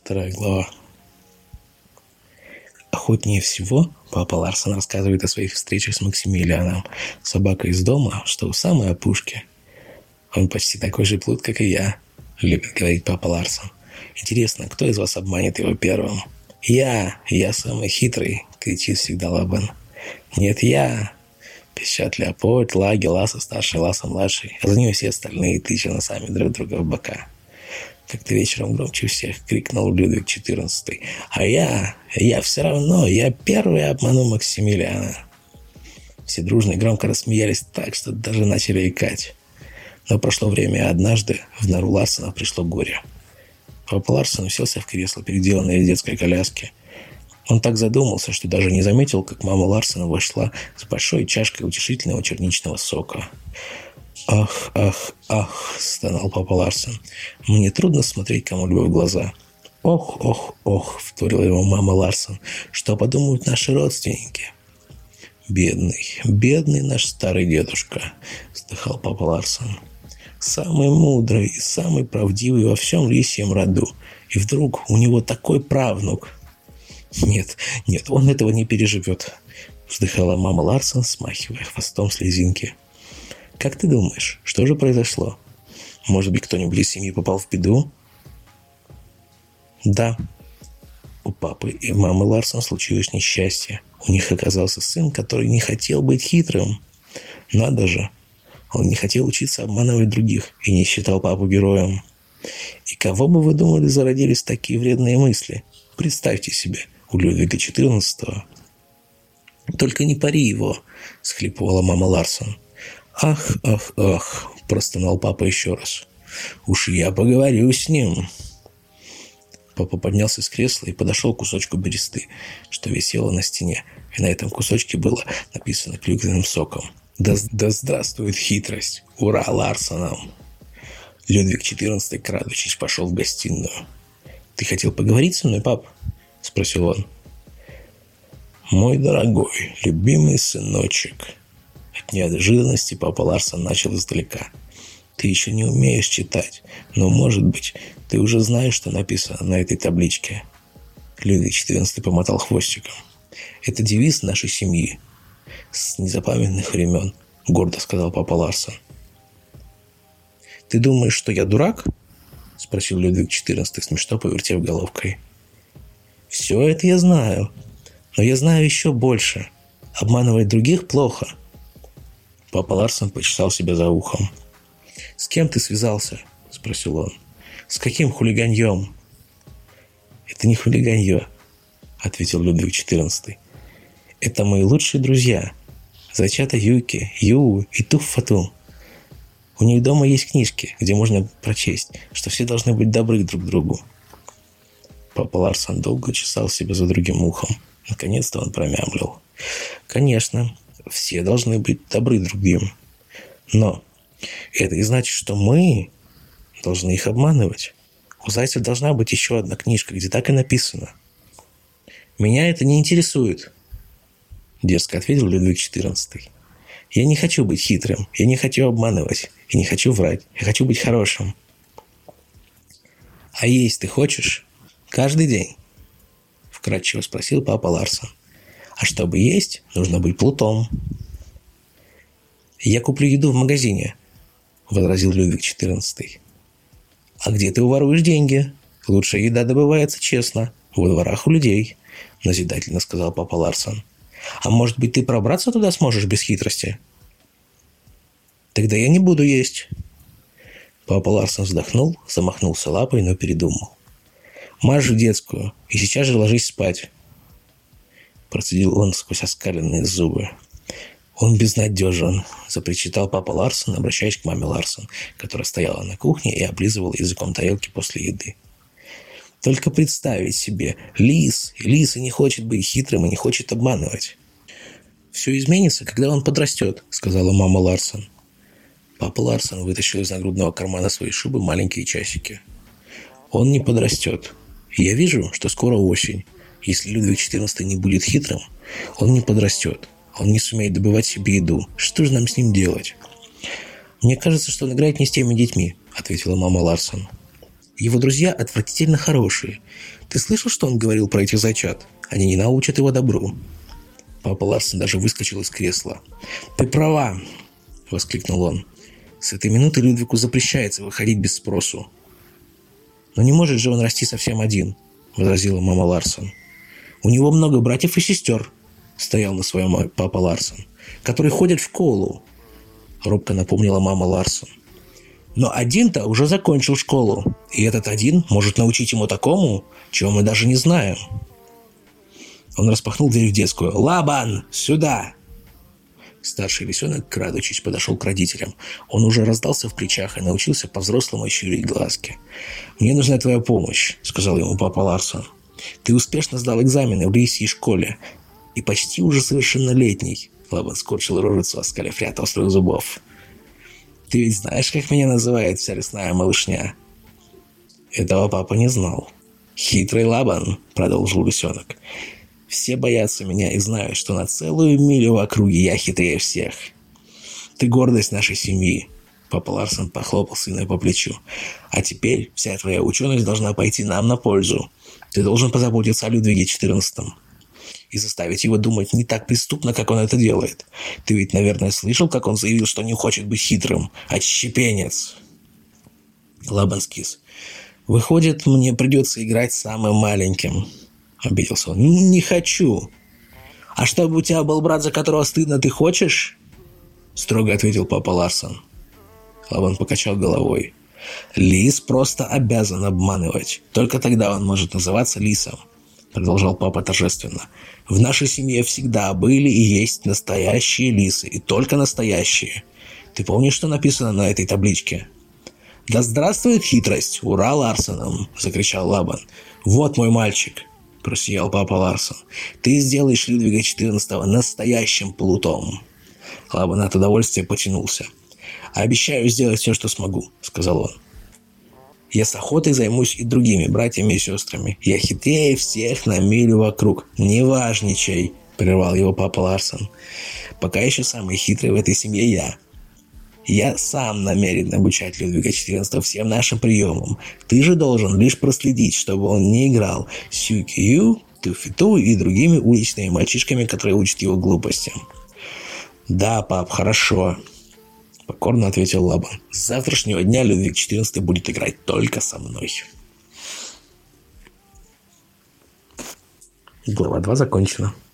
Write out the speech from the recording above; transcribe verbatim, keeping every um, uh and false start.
Вторая глава. Охотнее всего папа Ларсон рассказывает о своих встречах с Максимилианом, собакой из дома, что у самой опушки. «Он почти такой же плут, как и я», — любит говорить папа Ларсон. «Интересно, кто из вас обманет его первым?» «Я! Я самый хитрый!» — кричит всегда Лабан. «Нет, я!» — пищат Леопольд, Лаги, Ласа старший, Ласа младший, а за ним все остальные, тыча носами друг друга в бока. Как-то вечером громче всех крикнул Людвиг четырнадцатый. «А я! Я все равно! Я первый обману Максимилиана!» Все дружно и громко рассмеялись так, что даже начали икать. Но прошло время, и однажды в нору Ларсона пришло горе. Папа Ларсон уселся в кресло, переделанное из детской коляски. Он так задумался, что даже не заметил, как мама Ларсона вошла с большой чашкой утешительного черничного сока. «Ах, ах, ах!» – стонал папа Ларсон. «Мне трудно смотреть кому-либо в глаза». «Ох, ох, ох!» – вторила его мама Ларсон. «Что подумают наши родственники?» «Бедный, бедный наш старый дедушка!» – вздыхал папа Ларсон. «Самый мудрый и самый правдивый во всем лисьем роду. И вдруг у него такой правнук!» «Нет, нет, он этого не переживет!» – вздыхала мама Ларсон, смахивая хвостом слезинки. «Как ты думаешь, что же произошло? Может быть, кто-нибудь из семьи попал в беду?» «Да. У папы и мамы Ларсон случилось несчастье. У них оказался сын, который не хотел быть хитрым. Надо же! Он не хотел учиться обманывать других и не считал папу героем. И кого бы вы думали, зародились такие вредные мысли? Представьте себе, у Людвига четырнадцатого. «Только не пари его!» – схлипывала мама Ларсон. «Ах, ах, ах!» – простонал папа еще раз. «Уж я поговорю с ним!» Папа поднялся с кресла и подошел к кусочку бересты, что висело на стене, и на этом кусочке было написано клюквенным соком: «Да, да здравствует хитрость! Ура Ларсонам!» Людвиг четырнадцатый, крадучись, пошел в гостиную. «Ты хотел поговорить со мной, пап?» – спросил он. «Мой дорогой, любимый сыночек!» От неожиданности папа Ларсон начал издалека. «Ты еще не умеешь читать, но, может быть, ты уже знаешь, что написано на этой табличке». Людвиг четырнадцатый помотал хвостиком. «Это девиз нашей семьи. С незапамятных времен», — гордо сказал папа Ларсон. «Ты думаешь, что я дурак?» — спросил Людвиг четырнадцатый, смешно повертев головкой. «Все это я знаю, но я знаю еще больше. Обманывать других плохо». Папа Ларсон почесал себя за ухом. «С кем ты связался?» – спросил он. «С каким хулиганьем?» «Это не хулиганье», – ответил Людвиг четырнадцатый. «Это мои лучшие друзья. Зайчата Юки, Ю и Туф-Фату. У них дома есть книжки, где можно прочесть, что все должны быть добры друг к другу». Папа Ларсон долго чесал себя за другим ухом. Наконец-то он промямлил. «Конечно, все должны быть добры другим. Но это и значит, что мы должны их обманывать. У зайцев должна быть еще одна книжка, где так и написано». «Меня это не интересует», – дерзко ответил Людвиг четырнадцатый. «Я не хочу быть хитрым, я не хочу обманывать, и не хочу врать, я хочу быть хорошим». «А есть ты хочешь? Каждый день?» – вкратчиво спросил папа Ларсон. «А чтобы есть, нужно быть плутом». «Я куплю еду в магазине», – возразил Людвиг четырнадцатый. «А где ты уворуешь деньги? Лучшая еда добывается честно, во дворах у людей», – назидательно сказал папа Ларсон. «А может быть, ты пробраться туда сможешь без хитрости?» «Тогда я не буду есть». Папа Ларсон вздохнул, замахнулся лапой, но передумал. «Марш в детскую и сейчас же ложись спать», – процедил он сквозь оскаленные зубы. «Он безнадежен», – запричитал папа Ларсон, обращаясь к маме Ларсон, которая стояла на кухне и облизывала языком тарелки после еды. «Только представить себе, лис, и лис и не хочет быть хитрым и не хочет обманывать». «Все изменится, когда он подрастет», – сказала мама Ларсон. Папа Ларсон вытащил из нагрудного кармана своей шубы маленькие часики. «Он не подрастет. Я вижу, что скоро осень. Если Людвиг четырнадцатый не будет хитрым, он не подрастет. Он не сумеет добывать себе еду. Что же нам с ним делать?» «Мне кажется, что он играет не с теми детьми», — ответила мама Ларсон. Его друзья отвратительно хорошие. Ты слышал, что он говорил про этих зайчат? Они не научат его добру». Папа Ларсон даже выскочил из кресла. «Ты права!» — воскликнул он. «С этой минуты Людвигу запрещается выходить без спросу». «Но не может же он расти совсем один», — возразила мама Ларсон. «У него много братьев и сестер», — стоял на своем папа Ларсон, «которые ходят в школу», — робко напомнила мама Ларсон. «Но один-то уже закончил школу, и этот один может научить ему такому, чего мы даже не знаем». Он распахнул дверь в детскую. «Лабан, сюда!» Старший лисенок, крадучись, подошел к родителям. Он уже раздался в плечах и научился по-взрослому щурить глазки. «Мне нужна твоя помощь», — сказал ему папа Ларсон. «Ты успешно сдал экзамены в лисьей школе и почти уже совершеннолетний». Лабан скорчил рожицу, оскалив ряд острых зубов. «Ты ведь знаешь, как меня называет вся лесная малышня?» Этого папа не знал. «Хитрый Лабан», — продолжил лисенок. «Все боятся меня и знают, что на целую милю в округе я хитрее всех. Ты гордость нашей семьи». Папа Ларсон похлопал сына по плечу. «А теперь вся твоя ученость должна пойти нам на пользу. Ты должен позаботиться о Людвиге четырнадцатом и заставить его думать не так преступно, как он это делает. Ты ведь, наверное, слышал, как он заявил, что не хочет быть хитрым, отщепенец». Лабан скис. «Выходит, мне придется играть самым маленьким», — обиделся он. «Не хочу». «А чтобы у тебя был брат, за которого стыдно, ты хочешь?» — строго ответил папа Ларсон. Лабан покачал головой. «Лис просто обязан обманывать. Только тогда он может называться лисом», — продолжал папа торжественно. «В нашей семье всегда были и есть настоящие лисы, и только настоящие. Ты помнишь, что написано на этой табличке?» «Да здравствует хитрость! Ура Ларсонам!» — закричал Лабан. «Вот мой мальчик!» — просиял папа Ларсон. «Ты сделаешь Людвига четырнадцатого настоящим плутом». Лабан от удовольствия потянулся. «Обещаю сделать все, что смогу», — сказал он. «Я с охотой займусь и другими братьями и сестрами. Я хитрее всех на милю вокруг. Не важничай», — прервал его папа Ларсон. «Пока еще самый хитрый в этой семье я. Я сам намерен обучать Людвига четырнадцатого всем нашим приемам. Ты же должен лишь проследить, чтобы он не играл Сюкию, Туфиту и другими уличными мальчишками, которые учат его глупостям». «Да, пап, хорошо», — покорно ответил Лабан. «С завтрашнего дня Людвиг четырнадцатый будет играть только со мной». Глава два закончена.